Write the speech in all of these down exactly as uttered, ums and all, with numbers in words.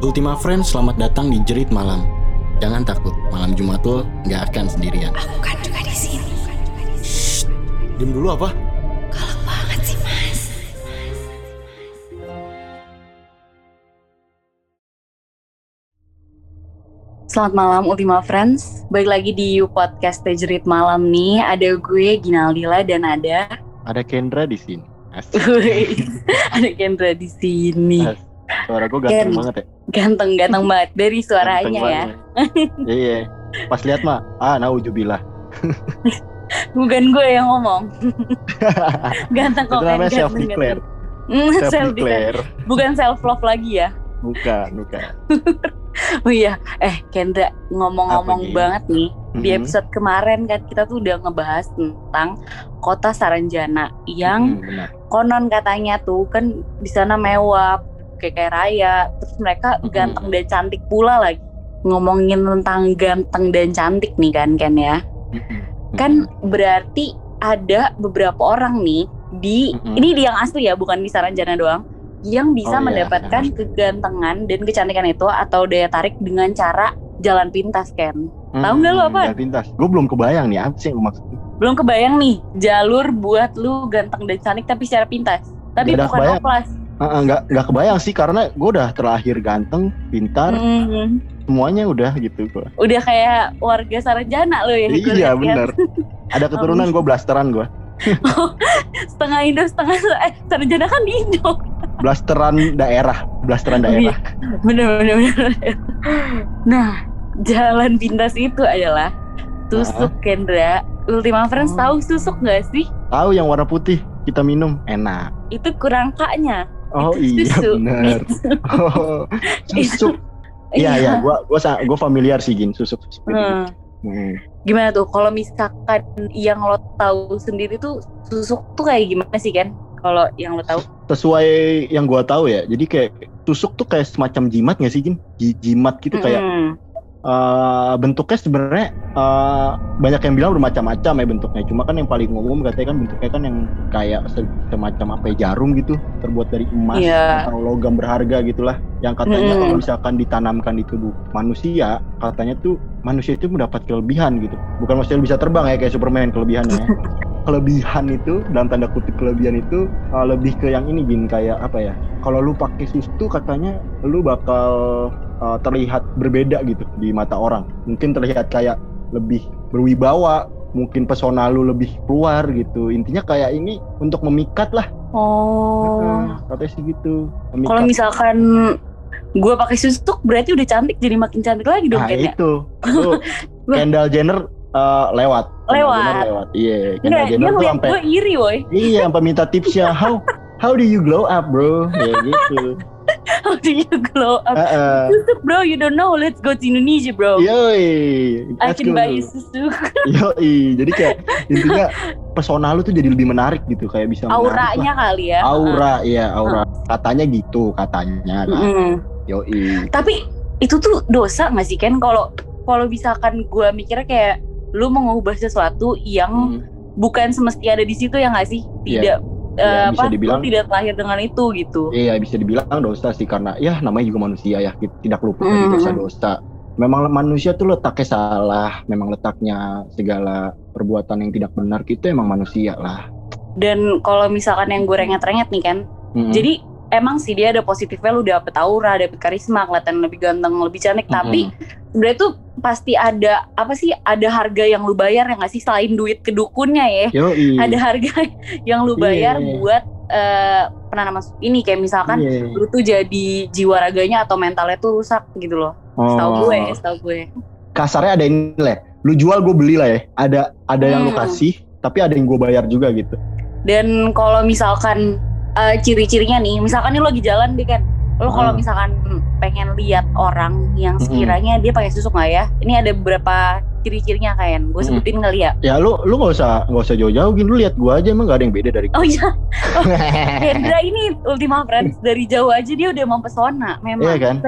Ultima Friends, selamat datang di Jerit Malam. Jangan takut, malam Jumat lo nggak akan sendirian. Aku kan juga di sini. Shh, diam dulu apa? Galak banget sih mas. Selamat malam Ultima Friends. Balik lagi di podcast Jerit Malam nih. Ada gue Ginaldila dan ada Ada Kendra di sini. Asik. ada Kendra di sini. Asik. Suara gue ganteng Ken. banget ya. Ganteng-ganteng banget dari suaranya ya. Iya. Pas lihat mah, ah naujubillah. Bukan gue yang ngomong. Ganteng kok. Itu namanya self declare. Self declare. Bukan self love lagi ya. Bukan, bukan. Oh iya, eh Kendra, ngomong-ngomong banget nih, mm-hmm. di episode kemarin kan kita tuh udah ngebahas tentang kota Saranjana yang mm-hmm, konon katanya tuh kan di sana mewah, kayak kayak raya, terus mereka mm-hmm. ganteng dan cantik pula lagi. Ngomongin tentang ganteng dan cantik nih kan Ken ya, mm-hmm. kan berarti ada beberapa orang nih di mm-hmm. ini di yang asli ya, bukan di Saranjana doang, yang bisa oh, mendapatkan iya. kegantengan dan kecantikan itu atau daya tarik dengan cara jalan pintas, Ken. Hmm, tahu nggak lu apa? Jalan pintas. Gue belum kebayang nih apa sih yang maksudnya. Belum kebayang nih jalur buat lu ganteng dan cantik tapi secara pintas. Tapi gak bukan oplas. Uh, nggak nggak kebayang sih karena gue udah terlahir ganteng, pintar, mm-hmm. semuanya udah gitu gue. Udah kayak warga Saranjana lo ya. Iya benar. Ada keturunan gue blasteran gue. Oh, setengah Indo, setengah eh Saranjana kan di Indo. Blasteran daerah, blasteran daerah. Bener-bener. Nah, jalan pintas itu adalah tusuk, nah. Kendra. Ultima Friends oh. tahu tusuk nggak sih? Tahu, yang warna putih kita minum enak. Itu kurangkanya. Oh itu iya benar. Oh, susuk. Iya iya, gua gua gua familiar sih Gin, susuk seperti hmm. itu. Hmm. Gimana tuh kalau misalkan yang lo tahu sendiri tuh susuk tuh kayak gimana sih Ken? Kalau yang lo tahu? Sesuai yang gua tahu ya, jadi kayak tusuk tuh kayak semacam jimat nggak sih Gin? Jimat gitu, hmm. kayak uh, bentuknya sebenarnya uh, banyak yang bilang bermacam-macam ya bentuknya. Cuma kan yang paling umum katanya kan bentuknya kan yang kayak semacam apa ya, jarum gitu, terbuat dari emas yeah. atau logam berharga gitulah. Yang katanya hmm. kalau misalkan ditanamkan di tubuh manusia, katanya tuh manusia itu mendapat kelebihan gitu. Bukan maksudnya bisa terbang ya kayak Superman kelebihannya. Kelebihan itu, dalam tanda kutip kelebihan itu uh, lebih ke yang ini Gin, kayak apa ya, kalau lu pakai susu katanya lu bakal uh, terlihat berbeda gitu di mata orang. Mungkin terlihat kayak lebih berwibawa, mungkin pesona lu lebih keluar gitu. Intinya kayak ini untuk memikat lah. Oh, nah, katanya sih gitu. Kalau misalkan gue pakai susuk berarti udah cantik, jadi makin cantik lagi dong. Nah itu, itu Kendall Jenner Uh, lewat, lewat, lewat, iya. Kendall Jenner tuh sampai, gue iri woy. Iya, sampai minta tipsnya, how how do you glow up, bro? Ya gitu. How do you glow up? Uh-uh. Susuk, bro, you don't know. Let's go to Indonesia, bro. Yoi, I can buy you susuk. Yoi, jadi kayak intinya pesona lu tuh jadi lebih menarik gitu, kayak bisa. Auranya kali ya. Aura, iya, aura. Katanya gitu, katanya. Kan. Mm-hmm. Yoi. Tapi itu tuh dosa nggak sih Ken? Kalau kalau misalkan gue mikirnya kayak lu mengubah sesuatu yang hmm. bukan semestinya ada di situ ya nggak sih? Tidak, yeah. uh, ya, apa? Dibilang, lu tidak terlahir dengan itu gitu. Iya, bisa dibilang dosa sih karena ya namanya juga manusia ya, tidak lupa dari hmm. dosa-dosa. Memang manusia tuh letaknya salah, memang letaknya segala perbuatan yang tidak benar itu emang manusia lah. Dan kalau misalkan yang gue renget-renget nih kan, hmm. jadi emang sih dia ada positifnya, lu dapet aura, dapet karisma, kelihatan lebih ganteng, lebih cantik, mm-hmm. tapi sebenarnya tuh pasti ada apa sih, ada harga yang lu bayar ya nggak sih, selain duit kedukunnya ya. Yoi. Ada harga yang lu bayar yeah. buat uh, penanaman ini, kayak misalkan yeah. lu tuh jadi jiwa raganya atau mentalnya tuh rusak gitu loh. Oh. Setahu gue, setahu gue. Kasarnya ada ini lah, lu jual gue beli lah ya. Ada ada hmm. yang lu kasih, tapi ada yang gue bayar juga gitu. Dan kalau misalkan Uh, ciri-cirinya nih, misalkan nih lo lagi jalan deh kan, lo kalau hmm. misalkan pengen lihat orang yang sekiranya hmm. dia pakai susuk nggak ya, ini ada beberapa ciri-cirinya kan, gue sebutin hmm. kali ya. Ya lo lo nggak usah nggak usah jauh-jauh, gini lo lihat gue aja, emang nggak ada yang beda dari gue. Oh iya, oh, Kendra ini Ultima Friends dari jauh aja dia udah mempesona, memang iya kan?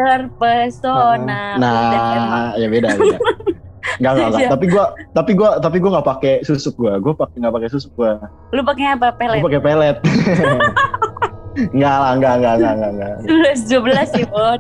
Terpesona. Nah, ya beda beda. Enggak enggak enggak, tapi gua tapi gua tapi gua enggak pakai susuk gua. Gua pakai enggak pakai susuk gua. Lu pakai apa? Pelet. Gua pakai pelet. Enggak lah, enggak enggak enggak enggak. sebelas dua belas ya, Bon.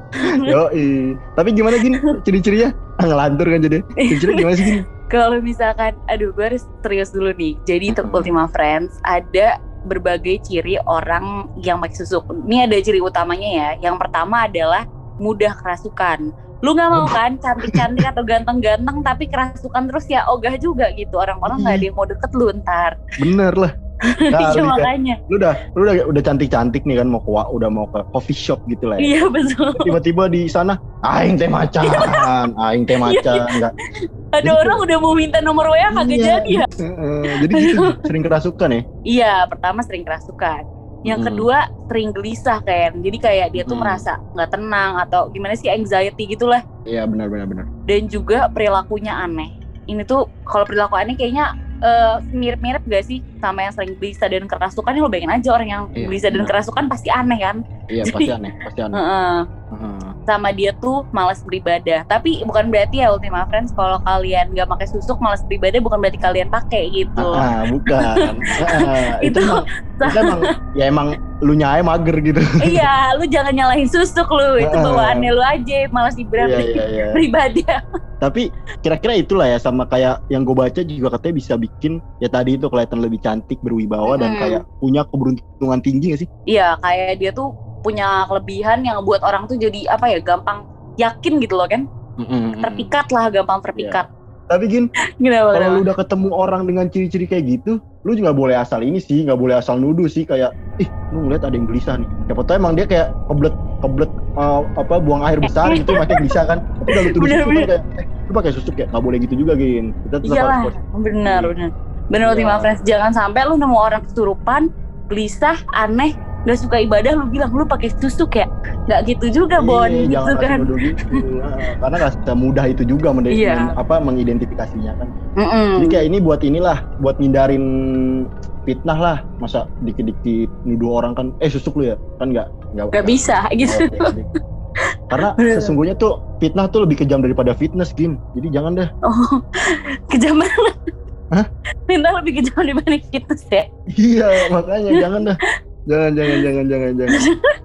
Yoi. Tapi gimana Gin ciri-cirinya? Ngelantur kan jadi. Ciri-cirinya gimana sih Gin? Kalau misalkan, aduh gue harus serius dulu nih. Jadi untuk Ultima Friends ada berbagai ciri orang yang pakai susuk. Ini ada ciri utamanya ya. Yang pertama adalah mudah kerasukan. Lu gak mau kan cantik-cantik atau ganteng-ganteng tapi kerasukan terus ya ogah juga gitu. Orang-orang gak ada yang mau deket lu ntar. Bener lah. Nah, iya makanya. Lu udah lu udah udah cantik-cantik nih kan mau ke udah mau ke coffee shop gitu lah ya. Iya betul. Tiba-tiba di sana aing teh macan, aing teh macan enggak. Ada jadi, orang udah mau minta nomor W A kagak iya, jadi ya. Uh, jadi gitu sering kerasukan ya? Iya, pertama sering kerasukan. Yang hmm. kedua sering gelisah kan. Jadi kayak dia tuh hmm. merasa nggak tenang atau gimana sih, anxiety gitulah. Iya benar benar benar. Dan juga perilakunya aneh. Ini tuh kalau perilaku aneh kayaknya Uh, mirip-mirip gak sih sama yang sering gelisah dan kerasukan? Ya lo bayangin aja orang yang iya, gelisah dan kerasukan pasti aneh kan? Iya jadi, pasti aneh, pasti aneh. Uh, uh. Sama dia tuh malas beribadah. Tapi bukan berarti ya Ultima Friends kalau kalian gak pakai susuk malas beribadah bukan berarti kalian pakai gitu. Ah, bukan. uh, itu, itu emang, itu emang ya emang lu nyai mager gitu. Iya, lu jangan nyalahin susuk lu. Itu bawaannya lu aja malas beribadah. Iya, iya, iya. beribadah. Tapi kira-kira itulah ya, sama kayak yang gue baca juga katanya bisa bikin ya tadi itu kelihatan lebih cantik, berwibawa hmm. dan kayak punya keberuntungan tinggi gak sih? Iya, kayak dia tuh punya kelebihan yang buat orang tuh jadi apa ya, gampang yakin gitu loh kan? Mm-hmm. Terpikat lah, gampang terpikat. Yeah. Tapi Gin, kalau lu udah ketemu orang dengan ciri-ciri kayak gitu, lu juga boleh asal ini sih, nggak boleh asal nuduh sih kayak, ih, lu ngeliat ada yang gelisah nih. Siapa tahu emang dia kayak kebelet kebelet uh, apa buang air besar gitu, makanya gelisah kan. Tapi kalau tuduh susuk kan kayak, eh, lu pakai susuk ya, nggak boleh gitu juga Gin. Kita tetap iyalah, harus benar benar. Benar Ultima Friends, jangan sampai lu nemu orang kesurupan, gelisah, aneh, nggak suka ibadah, lu bilang lu pakai susuk ya, nggak gitu juga Bon. Iya, gitu kan gitu. Nah, karena nggak semudah itu juga mende- iya. men- apa mengidentifikasinya kan. Mm-mm. Jadi kayak ini buat inilah, buat ngindarin fitnah lah. Masa dikit-dikit nuduh orang kan, eh susuk lu ya, kan nggak nggak bisa gitu. Okay, karena sesungguhnya tuh fitnah tuh lebih kejam daripada fitness Gin. Jadi jangan dah. Oh, kejam banget. Hah? Fitnah lebih kejam dibanding fitness ya? Iya, makanya jangan dah. Jangan jangan jangan jangan jangan.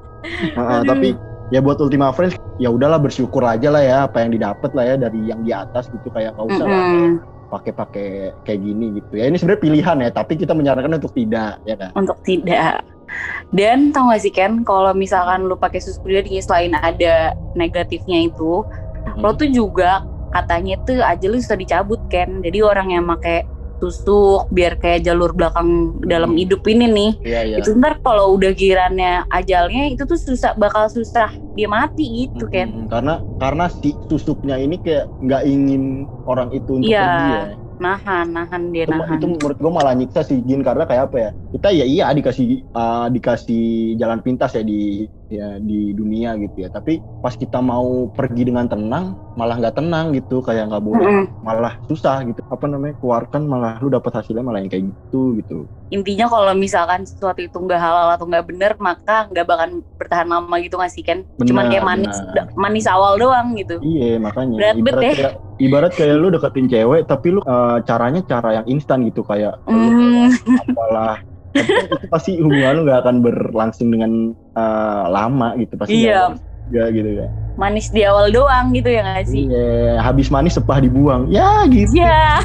uh, tapi ya buat Ultima Friends ya udahlah, bersyukur aja lah ya apa yang didapat lah ya dari yang di atas gitu, kayak nggak usah mm-hmm. pakai-pakai kayak gini gitu ya. Ini sebenarnya pilihan ya, tapi kita menyarankan untuk tidak ya kan. Untuk tidak. Dan tau gak sih Ken, kalau misalkan lu pakai susuk pribadi selain ada negatifnya itu, mm-hmm. lo tuh juga katanya tuh aja lu bisa dicabut Ken. Jadi orang yang pakai susuk biar kayak jalur belakang dalam hmm. hidup ini nih, iya, iya. itu ntar kalau udah girannya ajalnya itu tuh susah, bakal susah dia mati gitu kan. Hmm, karena karena si susuknya ini kayak nggak ingin orang itu untuk iya, pergi ya. nahan nahan dia itu, nahan. Itu menurut gue malah nyiksa sih Gin, karena kayak apa ya, kita ya iya dikasih uh, dikasih jalan pintas ya di ya di dunia gitu ya, tapi pas kita mau pergi dengan tenang malah nggak tenang gitu, kayak nggak boleh, mm-hmm. malah susah gitu, apa namanya, keluarkan malah lu dapat hasilnya malah yang kayak gitu gitu. Intinya kalau misalkan sesuatu itu nggak halal atau nggak bener, maka nggak bakal bertahan lama gitu nggak sih kan? Benar, cuman kayak manis benar. manis awal doang gitu. Iya makanya berat ibarat bet, kayak, ibarat kayak lu deketin cewek tapi lu uh, caranya cara yang instan gitu, kayak mm. apalah. Tapi kan itu pasti hubungan lu gak akan berlangsung dengan uh, lama gitu, pasti iya. gak gitu kan. Manis di awal doang gitu ya gak sih? Iya, habis manis sepah dibuang, ya gitu. Iya.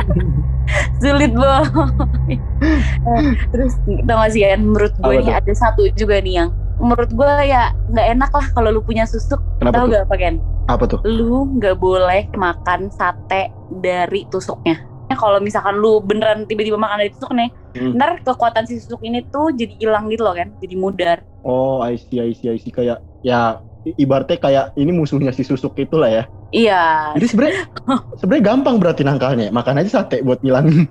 Sulit boy. Terus tau gak sih kan, menurut gue nih ada satu juga nih yang menurut gue ya gak enak lah kalau lu punya susuk. Kenapa tau tuh? Gak apa Ken? Apa tuh? Lu gak boleh makan sate dari tusuknya. Kalau misalkan lu beneran tiba-tiba makan dari tusuk nih, hmm. ntar kekuatan si susuk ini tuh jadi hilang gitu loh kan, jadi mudar. Oh, I see, I see, I see. Kayak ya ibaratnya kayak ini musuhnya si susuk itulah ya. Iya. Jadi sebenarnya sebenarnya gampang berarti nangkalnya, makan aja sate buat ngilangin.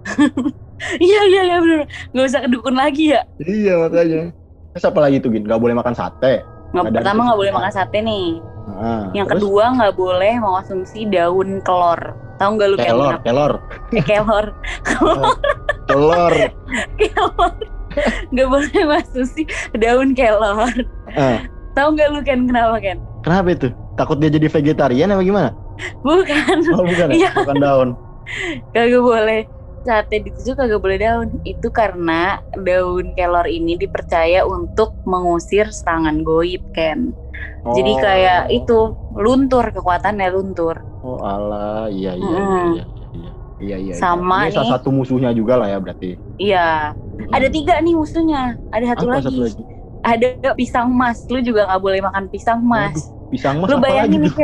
Iya iya iya benar, nggak usah kedukun lagi ya. Iya makanya. Terus apa lagi tuh Gin? Gak boleh makan sate. Nggak, pertama nggak boleh makan sate nih. Nah, yang terus? Kedua nggak boleh mengonsumsi daun kelor. Tahu nggak lu kelor? Kelor. Eh, kelor. Kelor. Kelor. Kelor. Nggak boleh mengonsumsi daun kelor. Uh. Tahu nggak lu Ken kenapa Ken? Kenapa itu? Takut dia jadi vegetarian apa gimana? Bukan. Oh bukan ya? Bukan daun. Kagak boleh. Sate ditusuk kagak boleh daun. Itu karena daun kelor ini dipercaya untuk mengusir serangan goib Ken. Oh. Jadi kayak itu luntur, kekuatannya luntur. Oh alah, iya iya hmm. iya iya iya. Iya iya. Sama ini salah satu musuhnya juga lah ya berarti. Iya. Hmm. Ada tiga nih musuhnya. Ada satu lagi. satu lagi. Ada pisang mas. Lu juga nggak boleh makan pisang mas. Waduh, pisang mas. Lu bayangin nih kan?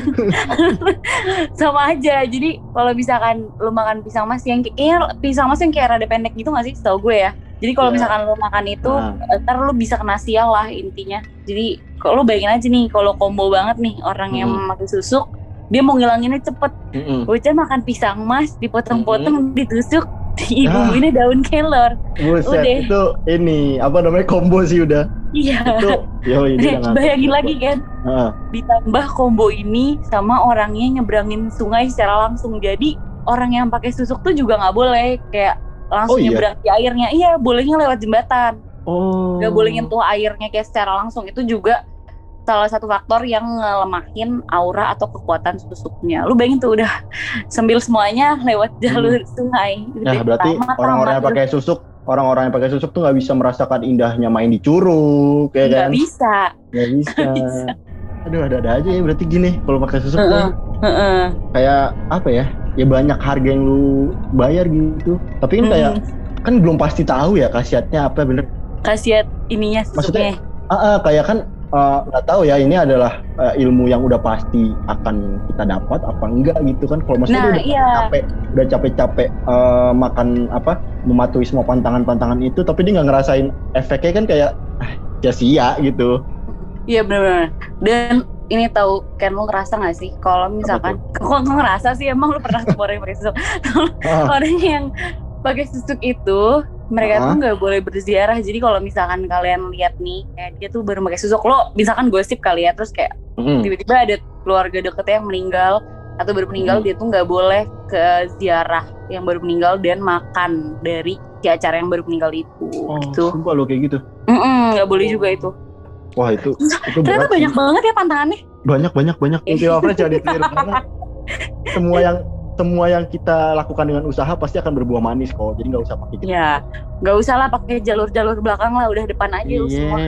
Sama aja. Jadi kalau misalkan lu makan pisang mas yang kayak pisang mas yang kayak rada pendek gitu nggak sih? Setahu gue ya. Jadi kalau yeah. misalkan lu makan itu, nah. ntar lu bisa kena sial lah intinya. Jadi kalau lu bayangin aja nih, kalau combo banget nih orang mm. yang memakai susuk, dia mau ngilanginnya cepet. Mm-mm. Bocah makan pisang mas, dipotong-potong, mm-hmm. ditusuk, diibumbuinnya ah. daun kelor. Buset, udah. Itu ini apa namanya combo sih udah. Iya. Itu, yo, ini bayangin lagi kan, uh. ditambah combo ini sama orangnya nyebrangin sungai secara langsung. Jadi orang yang pakai susuk tuh juga nggak boleh kayak langsung oh, nyebrang iya? di airnya. Iya, bolehnya lewat jembatan. Oh. Gak boleh nyentuh airnya kayak secara langsung. Itu juga salah satu faktor yang ngelemahin aura atau kekuatan susuknya. Lu bayangin tuh udah sembil semuanya lewat jalur hmm. sungai. Nah, berarti orang-orang yang pakai susuk, orang-orang yang pakai susuk tuh nggak bisa merasakan indahnya main di curug, kayak kan? Nggak bisa. Nggak bisa. bisa. Aduh, ada-ada aja ya. Berarti gini, kalau pakai susuk uh-uh. tuh uh-uh. kayak apa ya? Ya banyak harga yang lu bayar gitu. Tapi kan hmm. kayak kan belum pasti tahu ya khasiatnya apa bener. Khasiat ininya susuknya. Maksudnya, uh, uh, kayak kan nggak uh, tahu ya ini adalah uh, ilmu yang udah pasti akan kita dapat apa enggak gitu kan. Kalau maksudnya nah, udah iya. capek, udah capek-capek uh, makan apa mematuhi semua pantangan-pantangan itu, tapi dia nggak ngerasain efeknya kan kayak ah, sia-sia gitu. Iya benar-benar. Dan ini tahu kan lu ngerasa nggak sih kalau misalkan kok ngerasa sih emang lu pernah ketemu orang yang pakai susuk ah. orang yang pakai susuk itu mereka uh-huh. tuh nggak boleh berziarah. Jadi kalau misalkan kalian lihat nih kayak dia tuh baru pakai susuk, lo misalkan gosip kali ya, terus kayak uh-huh. tiba-tiba ada keluarga deketnya yang meninggal atau baru meninggal, uh-huh. dia tuh nggak boleh ke ziarah yang baru meninggal dan makan dari si acara yang baru meninggal itu. Oh, gitu. Sumpah lo kayak gitu? Nggak boleh juga itu. Wah itu, itu ternyata banyak sih. Banget ya pantangannya. Banyak banyak banyak. Inti jadi karena semua yang semua yang kita lakukan dengan usaha pasti akan berbuah manis kok. Jadi nggak usah pakai gitu. Ya, nggak usah lah pakai jalur-jalur belakang lah, udah depan aja lu semua.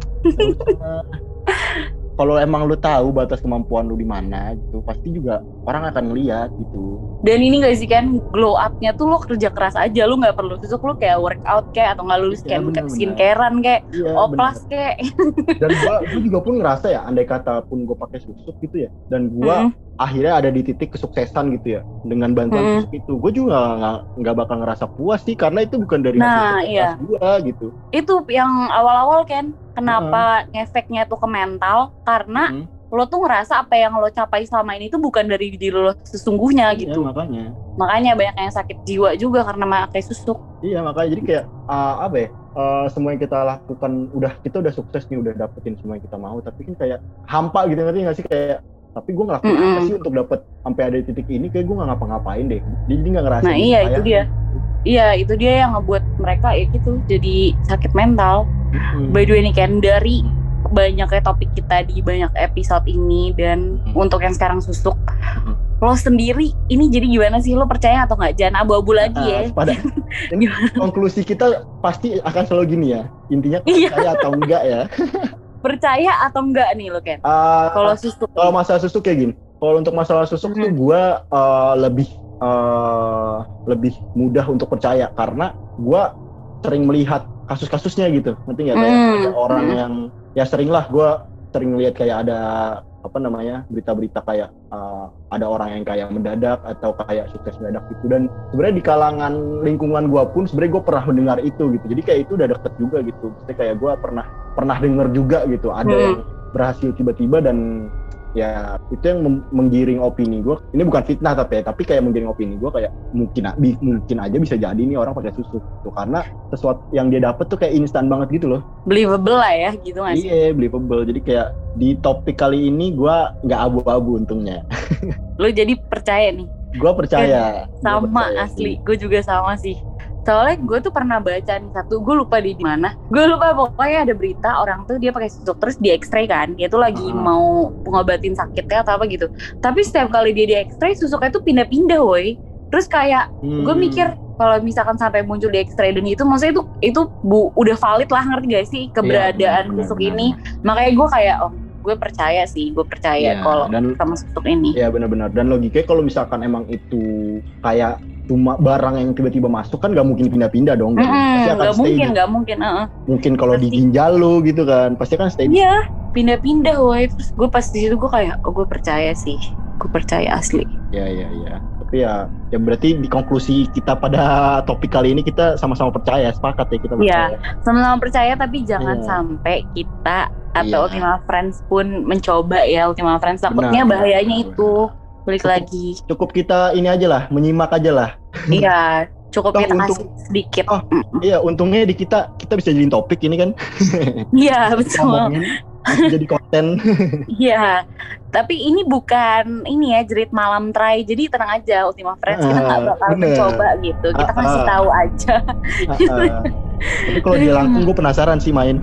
Kalau emang lu tahu batas kemampuan lu di mana gitu, pasti juga orang akan ngeliat gitu. Dan ini nggak sih kan glow up-nya tuh lo kerja keras aja, lu nggak perlu susuk, lu kayak workout kayak atau nggak lulus kayak ya, skincarean kayak ya, oplas kayak. Dan gua, gua juga pun ngerasa ya, andai kata pun gua pakai susuk gitu ya, dan gua hmm. akhirnya ada di titik kesuksesan gitu ya dengan bantuan hmm. susuk itu, gua juga nggak nggak bakal ngerasa puas sih karena itu bukan dari nah, hasil iya. gua gitu. Itu yang awal-awal kan. Kenapa hmm. ngefeknya tuh ke mental? Karena hmm. lo tuh ngerasa apa yang lo capai selama ini tuh bukan dari diri lo sesungguhnya gitu. Iya, makanya. Makanya banyak yang sakit jiwa juga karena pakai susuk. Iya makanya jadi kayak uh, apa ya? Uh, semua yang kita lakukan udah kita udah sukses nih, udah dapetin semua yang kita mau, tapi kan kayak hampa gitu, ngerti nggak sih kayak? Tapi gue ngelakuin mm-hmm. apa sih untuk dapet sampai ada titik ini? Kayak gue nggak ngapa-ngapain deh. Jadi nggak ngerasain. Nah iya itu dia. Iya itu dia yang ngebuat mereka ya gitu jadi sakit mental. Hmm. By the way nih Ken, dari banyaknya topik kita di banyak episode ini dan hmm. untuk yang sekarang susuk, hmm. lo sendiri ini jadi gimana sih? Lo percaya atau nggak? Jangan abu-abu lagi uh, ya. Pada konklusi kita pasti akan selalu gini ya. Intinya percaya atau enggak ya. Percaya atau enggak nih lo Ken? Uh, kalau susuk. Kalau masalah susuk kayak gini. Kalau untuk masalah susuk hmm. tuh gue uh, lebih uh, lebih mudah untuk percaya karena gue sering melihat kasus-kasusnya gitu, ngerti nggak? Kayak mm. ada orang mm. yang ya sering lah gue sering lihat kayak ada apa namanya berita-berita kayak uh, ada orang yang kayak mendadak atau kayak sukses mendadak gitu, dan sebenarnya di kalangan lingkungan gue pun sebenarnya gue pernah mendengar itu gitu, jadi kayak itu udah deket juga gitu, jadi kayak gue pernah pernah dengar juga gitu ada mm. yang berhasil tiba-tiba dan ya itu yang mem- menggiring opini gue. Ini bukan fitnah tapi ya, tapi kayak menggiring opini gue kayak mungkin bi- mungkin aja bisa jadi nih orang pakai susuk tuh karena sesuatu yang dia dapet tuh kayak instan banget gitu loh. Believable lah ya gitu nggak sih? Iya believable. Jadi kayak di topik kali ini gue nggak abu-abu untungnya. Lo jadi percaya nih? Gue percaya. Sama gua percaya asli, gue juga sama sih. Soalnya gue tuh pernah baca nih satu, gue lupa di mana. Gue lupa pokoknya ada berita orang tuh dia pakai susuk terus di X-ray kan. Dia tuh lagi hmm. mau pengobatin sakitnya atau apa gitu. Tapi setiap kali dia di X-ray susuknya tuh pindah-pindah woi. Terus kayak hmm. gue mikir kalau misalkan sampai muncul di X-ray dan itu maksudnya itu itu bu, udah valid lah, ngerti gak sih keberadaan ya, susuk ini. Makanya gue kayak oh gue percaya sih, gue percaya ya, kalau sama susuk ini. Ya benar-benar. Dan logikanya kalau misalkan emang itu kayak cuma barang yang tiba-tiba masuk kan nggak mungkin pindah-pindah dong. Mm-hmm, pasti akan gak stay. Mungkin, nggak mungkin. Uh-uh. Mungkin kalau di ginjal lu gitu kan, pasti kan stay. Iya, pindah-pindah, woy. Terus gue pas di situ gue kayak, oh gue percaya sih, gue percaya asli. Ya, ya, ya. Tapi ya, ya berarti di konklusi kita pada topik kali ini kita sama-sama percaya, sepakat ya kita percaya. Iya, sama-sama percaya tapi jangan yeah. sampai kita atau yeah. Ultima Friends pun mencoba ya Ultima Friends. Takutnya benar, bahayanya benar, itu balik cukup, lagi. Cukup kita ini aja lah, menyimak aja lah. Iya, cukup kita untung, kasih sedikit. Oh, iya, untungnya di kita kita bisa jadiin topik ini kan. Iya, betul. Jadi konten. Iya, tapi ini bukan ini ya jerit malam try. Jadi tenang aja Ultima Friends, kita nggak bakal bener. mencoba gitu. Kita uh, kasih uh. tahu aja. Uh, uh. Tapi kalau dia langsung gue penasaran sih main.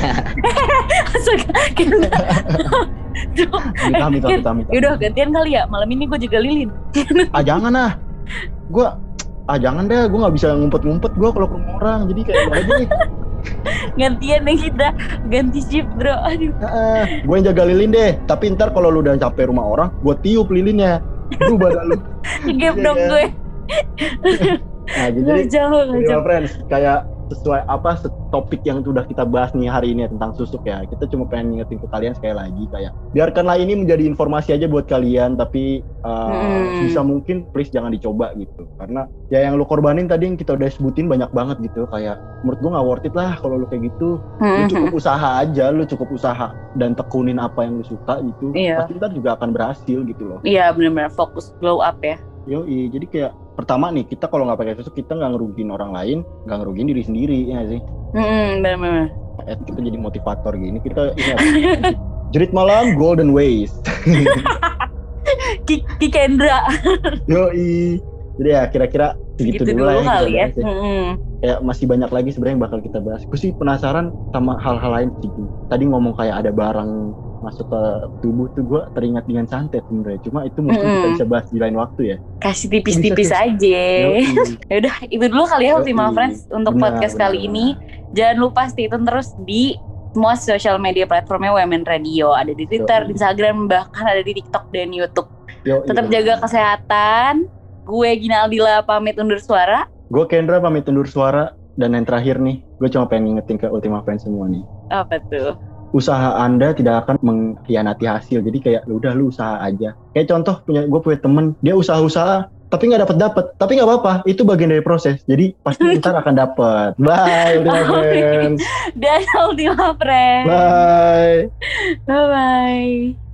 Minta, minta, minta, minta. Yaudah gantian kali ya, malam ini gue juga lilin. Ah jangan ah, gue ah jangan deh, gue nggak bisa ngumpet-ngumpet gue kalau ke rumah orang, jadi kayak gue aja nih. Gantian deh kita, ganti shift bro. Aduh. Uh, gue yang jaga lilin deh, tapi ntar kalau lu udah capek rumah orang, gue tiup lilinnya. Lu badan lu. Gap dong gue. Nah jadi, jadi friends kayak sesuai apa topik yang sudah kita bahas nih hari ini tentang susuk ya. Kita cuma pengen ngingetin ke kalian sekali lagi kayak biarkanlah ini menjadi informasi aja buat kalian, tapi uh, hmm. bisa mungkin please jangan dicoba gitu. Karena ya yang lu korbanin tadi yang kita udah sebutin banyak banget gitu. Kayak menurut gua nggak worth it lah kalau lu kayak gitu. Hmm. Lu cukup usaha aja, lu cukup usaha dan tekunin apa yang lu suka gitu. Iya. Pasti ntar juga akan berhasil gitu loh. Iya benar-benar fokus glow up ya. Yoi, jadi kayak pertama nih kita kalau nggak pakai susuk kita nggak ngerugiin orang lain, nggak ngerugiin diri sendiri ya sih. Hmm, benar-benar. Kita jadi motivator gini kita ingat jerit malam golden ways. Ki Kendra. Yoi, jadi ya kira-kira segitu dulu, dulu lah ya. Hmm. Kayak masih banyak lagi sebenarnya yang bakal kita bahas. Gue sih penasaran sama hal-hal lain sih. Tadi ngomong kayak ada barang masuk ke tubuh tuh gue teringat dengan santet sebenarnya, cuma itu mungkin mm. kita bisa bahas di lain waktu ya. Kasih tipis-tipis aja. Ya udah itu dulu kali ya Ultima Friends untuk benar, podcast benar, kali benar. ini. Jangan lupa stay tune terus di semua social media platformnya W M N Radio, ada di Twitter, Yoi. di Instagram, bahkan ada di TikTok dan YouTube. Yoi. Tetap jaga kesehatan. Gue Gina Aldila pamit undur suara. Gue Kendra pamit undur suara. Dan yang terakhir nih, gue cuma pengen ngingetin ke Ultima Friends semua nih. Apa tuh? Usaha Anda tidak akan mengkhianati hasil. Jadi kayak udah lu usaha aja. Kayak contoh punya gue punya temen, dia usaha-usaha tapi nggak dapat dapat. Tapi nggak apa-apa, itu bagian dari proses. Jadi pasti ntar akan dapat. Bye Ultima Friends. Dan Ultima Friends. Bye. Bye bye.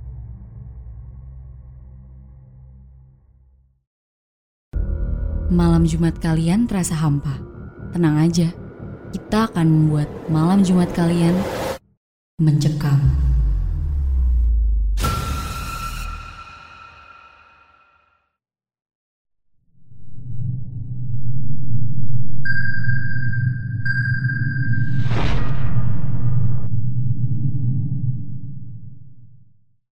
Malam Jumat kalian terasa hampa. Tenang aja, kita akan membuat malam Jumat kalian mencekam.